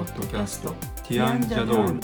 ポッドキャストティアンジャドール。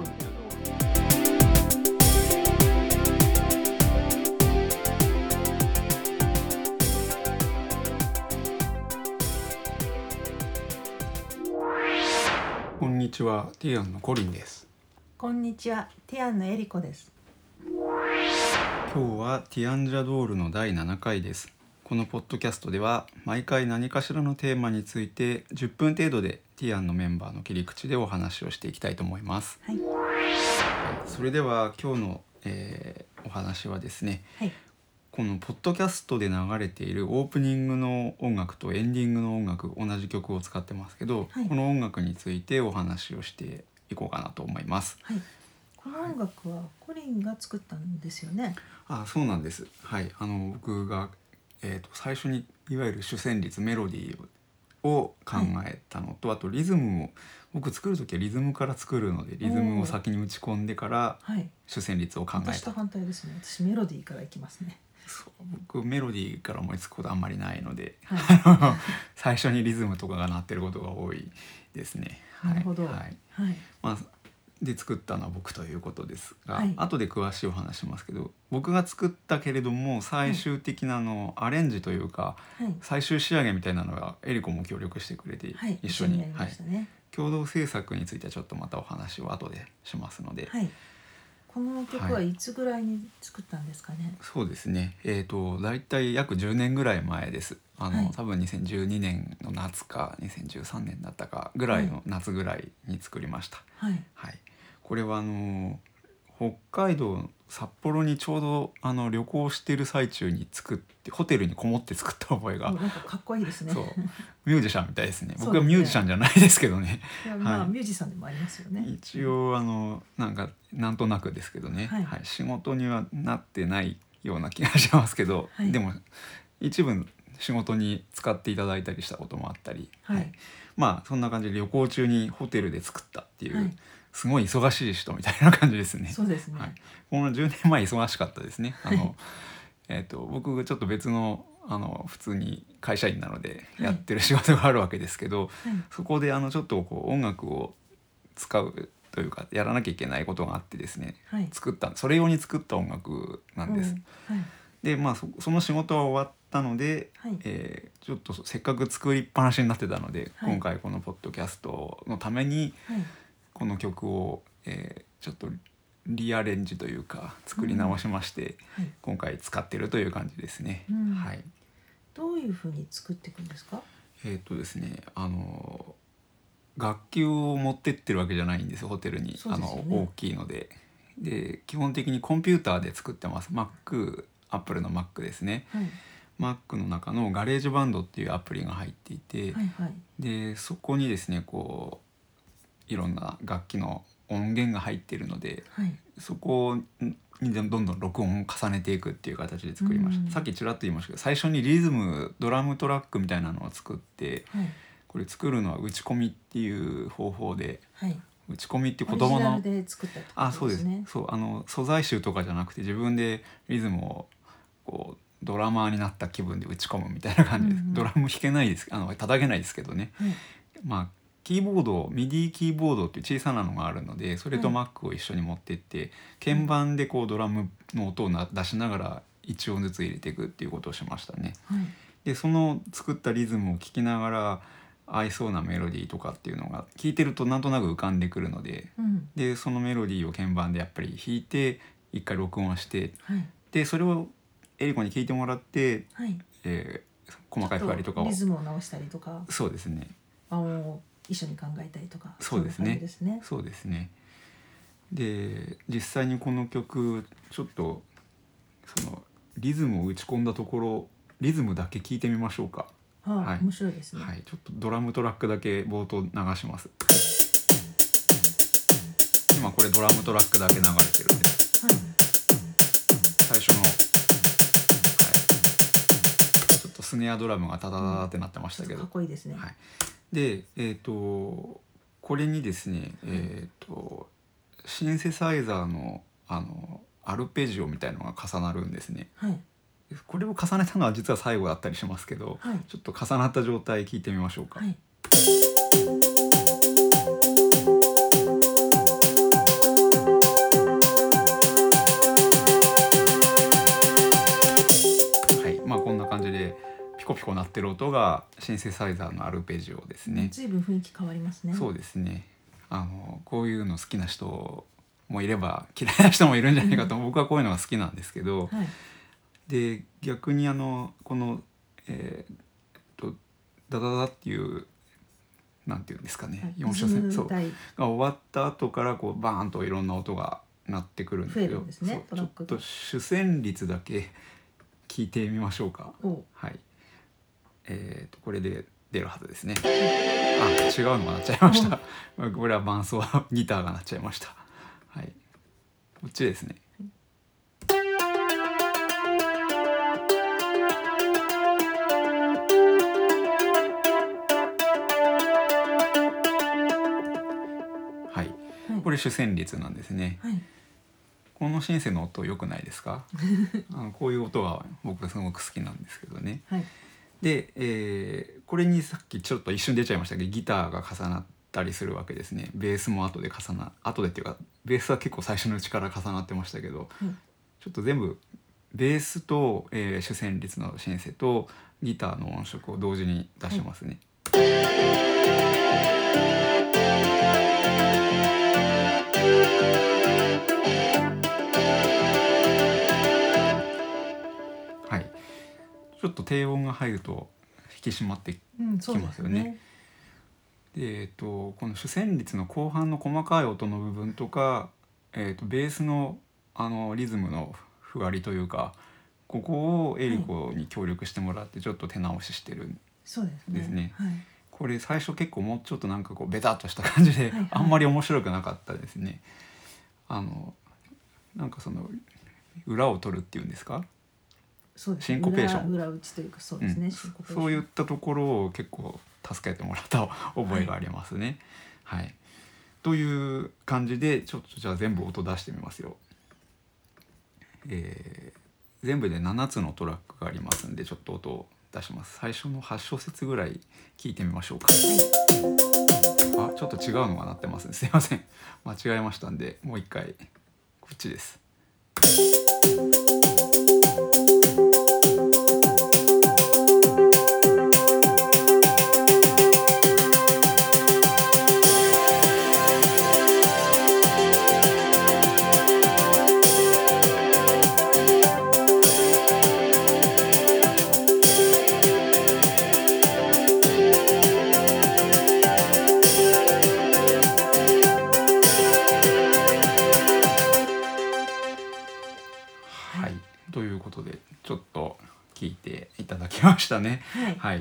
こんにちは、ティアンのコリンです。 こんにちは、ティアンのエリコです。 今日はティアンジャドールの第7回です。このポッドキャストでは毎回何かしらのテーマについて10分程度でティアンのメンバーの切り口でお話をしていきたいと思います。 はい。 それでは今日の、お話はですね、 はい。 このポッドキャストで流れているオープニングの音楽とエンディングの音楽、同じ曲を使ってますけど、 はい、 この音楽についてお話をしていこうかなと思います。 はい。この音楽はコリンが作ったんですよね。 そうなんです。はい。僕が、最初にいわゆる主旋律メロディーを考えたのと、はい、あとリズムを僕作るときはリズムから作るのでリズムを先に打ち込んでから主旋律を考えた。 私と反対ですね。私メロディーからいきますね。 そう僕メロディーから思いつくことあんまりないので、 はい、 最初にリズムとかが鳴ってることが多いですね。 なるほど。 はい。で作ったのは僕ということですが、 はい、 後で詳しいお話しますけど、僕が作ったけれども最終的なアレンジというか、 はい、 最終仕上げみたいなのがエリコも協力してくれて、 はい、 一緒に、 やりましたね。 共同制作についてはちょっとまたお話を後でしますので、 はい、この曲はいつぐらいに作ったんですかね。 そうですね、だいたい約10年ぐらい前です。多分2012年の夏か2013年だったかぐらいの夏ぐらいに作りました。 はいはい、これは北海道札幌にちょうど旅行している最中に作ってホテルにこもって作った覚えが。 なんかかっこいいですね。 そうミュージシャンみたいですね。僕はミュージシャンじゃないですけどね。 いや、ミュージシャンでもありますよね。 一応なんとなくですけどね、仕事にはなってないような気がしますけど、でも一部仕事に使っていただいたりしたこともあったり、そんな感じで旅行中にホテルで作ったっていう、すごい忙しい人みたいな感じですね。 そうですね。 この10年前忙しかったですね。僕ちょっと別の普通に会社員なのでやってる仕事があるわけですけど、そこでちょっと音楽を使うというかやらなきゃいけないことがあってですね、それ用に作った音楽なんです。でその仕事は終わったので、ちょっとせっかく作りっぱなしになってたので、今回このポッドキャストのために、この曲を、ちょっとリアレンジというか作り直しまして、今回使ってるという感じですね。 どういう風に作っていくんですか？ ですね、楽器を持ってってるわけじゃないんですホテルに。大きいので基本的にコンピューターで作ってます。Apple の Mac ですね。Mac の中のガレージバンドっていうアプリが入っていて、でそこにですねいろんな楽器の音源が入っているので、そこにどんどん録音を重ねていくっていう形で作りました。さっきちらっと言いましたけど、最初にリズムドラムトラックみたいなのを作って、これ作るのは打ち込みっていう方法で、打ち込みって言葉のオリジナルで作ったってことですね。 そうです。素材集とかじゃなくて自分でリズムをドラマーになった気分で打ち込むみたいな感じです。ドラム弾けないです叩けないですけどね。キーボードMIDI キーボードっていう小さなのがあるので、それと Mac を一緒に持ってって鍵盤でドラムの音を出しながら1音ずつ入れていくっていうことをしましたね。でその作ったリズムを聴きながら合いそうなメロディーとかっていうのが聴いてるとなんとなく浮かんでくるので、でそのメロディーを鍵盤でやっぱり弾いて一回録音して、でそれをエリコに聴いてもらって、細かい触りとかをリズムを直したりとか、 そうですね、 一緒に考えたりとか。 そうですね。そうですね。で実際にこの曲ちょっとリズムを打ち込んだところリズムだけ聞いてみましょうか。 面白いですね。 ちょっとドラムトラックだけ冒頭流します。今これドラムトラックだけ流れてるんで、最初の、ちょっとスネアドラムがタタタタってなってましたけど、 かっこいいですね。 でこれにですね、シンセサイザーのアルペジオみたいのが重なるんですね。これを重ねたのは実は最後だったりしますけど、ちょっと重なった状態聞いてみましょうか。 音がシンセサイザーのアルペジオですね。 随分雰囲気変わりますね。 そうですね。こういうの好きな人もいれば嫌いな人もいるんじゃないかと、僕はこういうのが好きなんですけど、 はい、 で逆にこのダダダっていうなんていうんですかね、 はい、 4小節そうが終わった後からこうバーンといろんな音が鳴ってくるんですけど、 増えるんですね、トラックが。 ちょっと主旋律だけ聞いてみましょうか。はい、これで出るはずですね。あ、違うのが鳴っちゃいました。これは伴奏ギターが鳴っちゃいました。はい、こっちですね。はい、これ主旋律なんですね。 はい、 このシンセの音良くないですか？こういう音が僕すごく好きなんですけどね。 はい、 で、これにさっきちょっと一瞬出ちゃいましたけど、ギターが重なったりするわけですね。ベースも後でっていうか、ベースは結構最初のうちから重なってましたけど、ちょっと全部ベースと、主旋律のシンセとギターの音色を同時に出しますね。はい、ちょっと低音が入ると引き締まってきますよね。で、この主旋律の後半の細かい音の部分とか、ベースのリズムのふわりというか、ここをエリコに協力してもらってちょっと手直ししてるんですね。これ最初結構もうちょっとなんかこうベタっとした感じで、あんまり面白くなかったですね。なんかその裏を取るっていうんですか、シンコペーション、 裏打ちというか、そうですね、シンコペーション、 そういったところを結構助けてもらった覚えがありますね。はい、という感じでちょっとじゃあ全部音出してみますよ。全部で7つのトラックがありますんで、ちょっと音を出します。最初の8小節ぐらい聞いてみましょうか。あ、ちょっと違うのが鳴ってますね。すいません、間違えましたんで、もう一回こっちです。はい、ということでちょっと聞いていただきましたね。はい、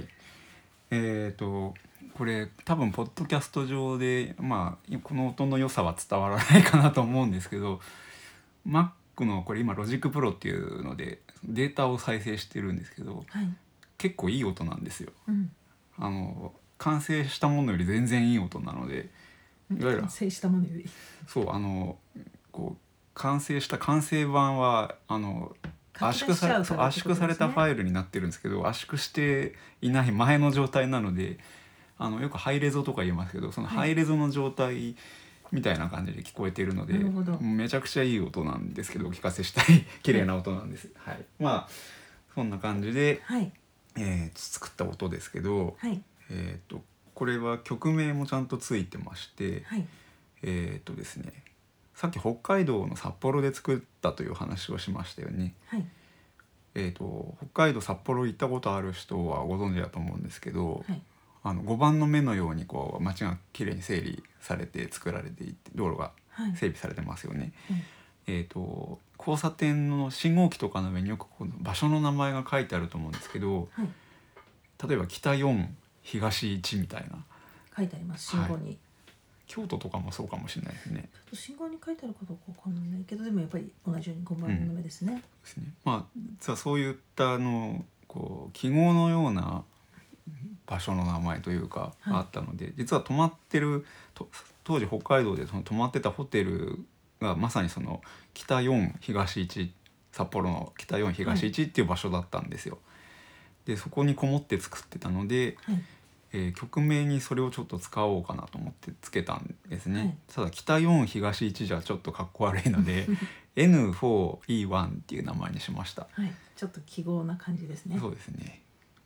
これ多分ポッドキャスト上でこの音の良さは伝わらないかなと思うんですけど、 Mac のこれ今ロジックプロっていうのでデータを再生してるんですけど、結構いい音なんですよ。完成したものより全然いい音なので、 いわゆる完成したものより、 そうこう完成した完成版は圧縮されたファイルになってるんですけど、圧縮していない前の状態なので、よくハイレゾとか言いますけど、そのハイレゾの状態みたいな感じで聞こえているので、めちゃくちゃいい音なんですけど、お聞かせしたい綺麗な音なんです。はい、そんな感じで、作った音ですけど、これは曲名もちゃんとついてまして、ですね、さっき北海道の札幌で作ったという話をしましたよね。北海道札幌行ったことある人はご存知だと思うんですけど、5番の目のようにこう街がきれいに整理されて作られていて、道路が整備されてますよね。交差点の信号機とかの上によくこの場所の名前が書いてあると思うんですけど、例えば北4東1みたいな書いてあります、信号に。 京都とかもそうかもしれないですね。 信号に書いてあるかどうかわかんないけど、でもやっぱり同じように5番の目ですね。 実はそういったこう記号のような場所の名前というかあったので、実は泊まってる当時北海道で泊まってたホテルがまさにその北4東1、札幌の北4東1っていう場所だったんですよ。でそこにこもって作ってたので、曲名にそれをちょっと使おうかなと思ってつけたんですね。ただ北4東1じゃちょっとかっこ悪いのでN4E1 っていう名前にしました。 ちょっと記号な感じですね。 そうですね。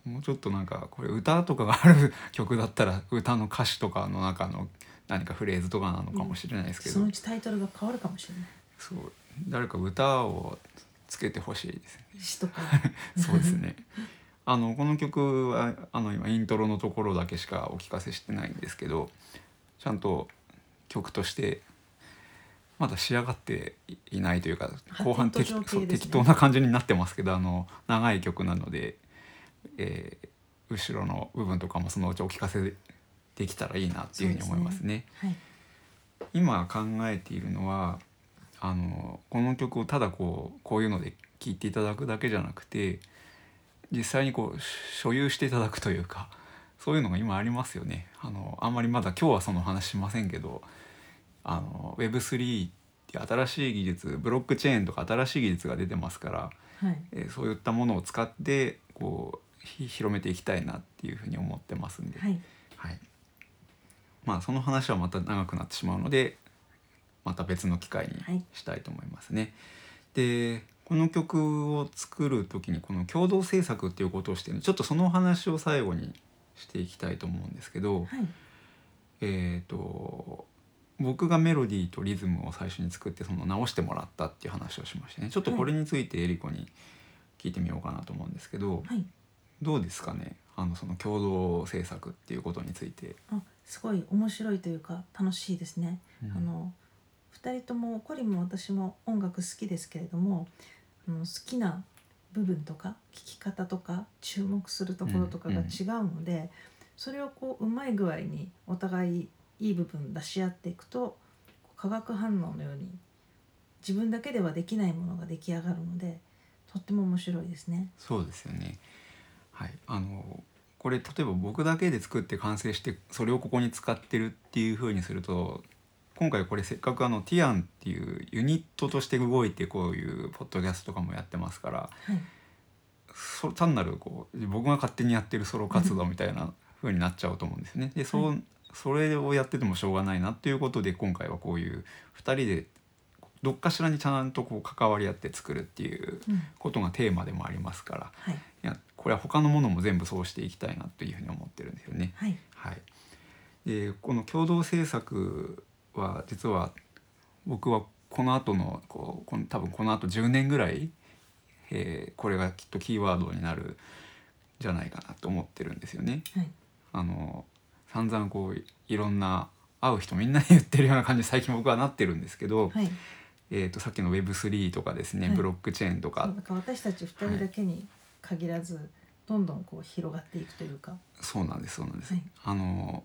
もうちょっとなんかこれ歌とかがある曲だったら歌の歌詞とかの中の何かフレーズとかなのかもしれないですけど、 そのうちタイトルが変わるかもしれない。 そう誰か歌をつけてほしいですね。 詩とかそうですね。この曲は今イントロのところだけしかお聞かせしてないんですけど、ちゃんと曲としてまだ仕上がっていないというか、後半発展途上系ですね。 適当な感じになってますけど、長い曲なので、後ろの部分とかもそのうちお聞かせできたらいいなっていうふうに思いますね。 はい、 今考えているのはこの曲をただこういうので聴いていただくだけじゃなくて、実際に所有していただくというか、そういうのが今ありますよね。あんまりまだ今日はその話しませんけど、Web3 っていう新しい技術、ブロックチェーンとか新しい技術が出てますから、 はい、 そういったものを使って広めていきたいなっていうふうに思ってますんで、 はいはい、まあその話はまた長くなってしまうので、また別の機会にしたいと思いますね。でこの曲を作る時にこの共同制作っていうことをしてちょっとその話を最後にしていきたいと思うんですけど、 はい、 僕がメロディーとリズムを最初に作ってその直してもらったっていう話をしましたね。ちょっとこれについてエリコに聞いてみようかなと思うんですけど、 はい、 どうですかね、その共同制作っていうことについて。 すごい面白いというか楽しいですね。2人ともコリンも私も音楽好きですけれども、好きな部分とか聴き方とか注目するところとかが違うので、それをうまい具合にお互いいい部分出し合っていくと化学反応のように自分だけではできないものが出来上がるので、とっても面白いですね。 そうですよね。はい、これ例えば僕だけで作って完成してそれをここに使ってるっていう風にすると、今回これせっかくティアンっていうユニットとして動いてこういうポッドキャストとかもやってますから、 はい、 単なる僕が勝手にやってるソロ活動みたいな風になっちゃうと思うんですね。でそれをやっててもしょうがないなっていうことで、今回はこういう2人でどっかしらにちゃんと関わり合って作るっていうことがテーマでもありますから、 はい、 いやこれは他のものも全部そうしていきたいなというふうに思ってるんですよね。 はいはい、でこの共同制作は実は僕はこの後の多分この後10年ぐらい、これがきっとキーワードになるんじゃないかなと思ってるんですよね。 はい、 散々いろんな会う人みんなに言ってるような感じで最近僕はなってるんですけど、 はい、 さっきの Web3 とかですね、ブロックチェーンとか、 だから私たち2人だけに限らず、どんどん広がっていくというか。 そうなんです、そうなんです。 はい、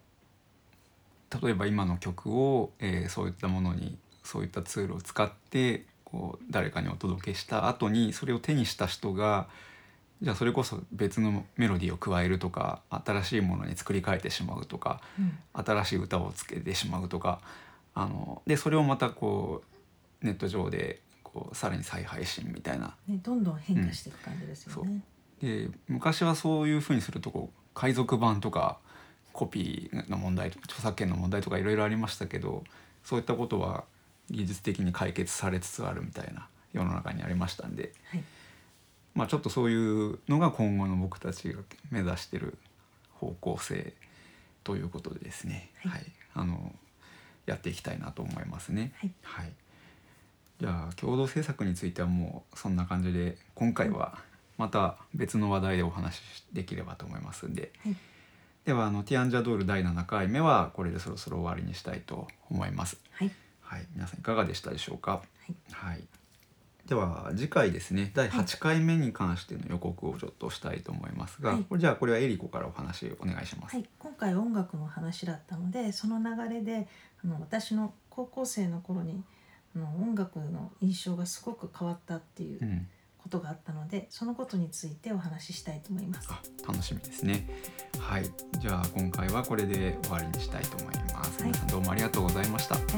例えば今の曲を、そういったものにそういったツールを使って誰かにお届けした後にそれを手にした人がじゃあそれこそ別のメロディーを加えるとか、新しいものに作り変えてしまうとか、新しい歌をつけてしまうとか、でそれをまたネット上でさらに再配信みたいな、 どんどん変化していく感じですよね。 で昔はそういうふうにすると海賊版とかコピーの問題、著作権の問題とかいろいろありましたけど、そういったことは技術的に解決されつつあるみたいな世の中にありましたんで、 はい、 まあちょっとそういうのが今後の僕たちが目指している方向性ということでですね、 はい、 やっていきたいなと思いますね。 はい、 はい、じゃあ共同制作についてはもうそんな感じで、今回はまた別の話題でお話しできればと思いますんで、 はい、 ではティアンジャドール第7回目はこれでそろそろ終わりにしたいと思います。 はい、 はい、皆さんいかがでしたでしょうか。 はい、 はい、では次回ですね、第8回目に関しての予告をちょっとしたいと思いますが、 はい、 じゃあこれはエリコからお話お願いします。 はい、今回音楽の話だったので、その流れで私の高校生の頃に音楽の印象がすごく変わったっていうことがあったので、そのことについてお話ししたいと思います。 楽しみですね。はい、じゃあ今回はこれで終わりにしたいと思います。皆さんどうもありがとうございました。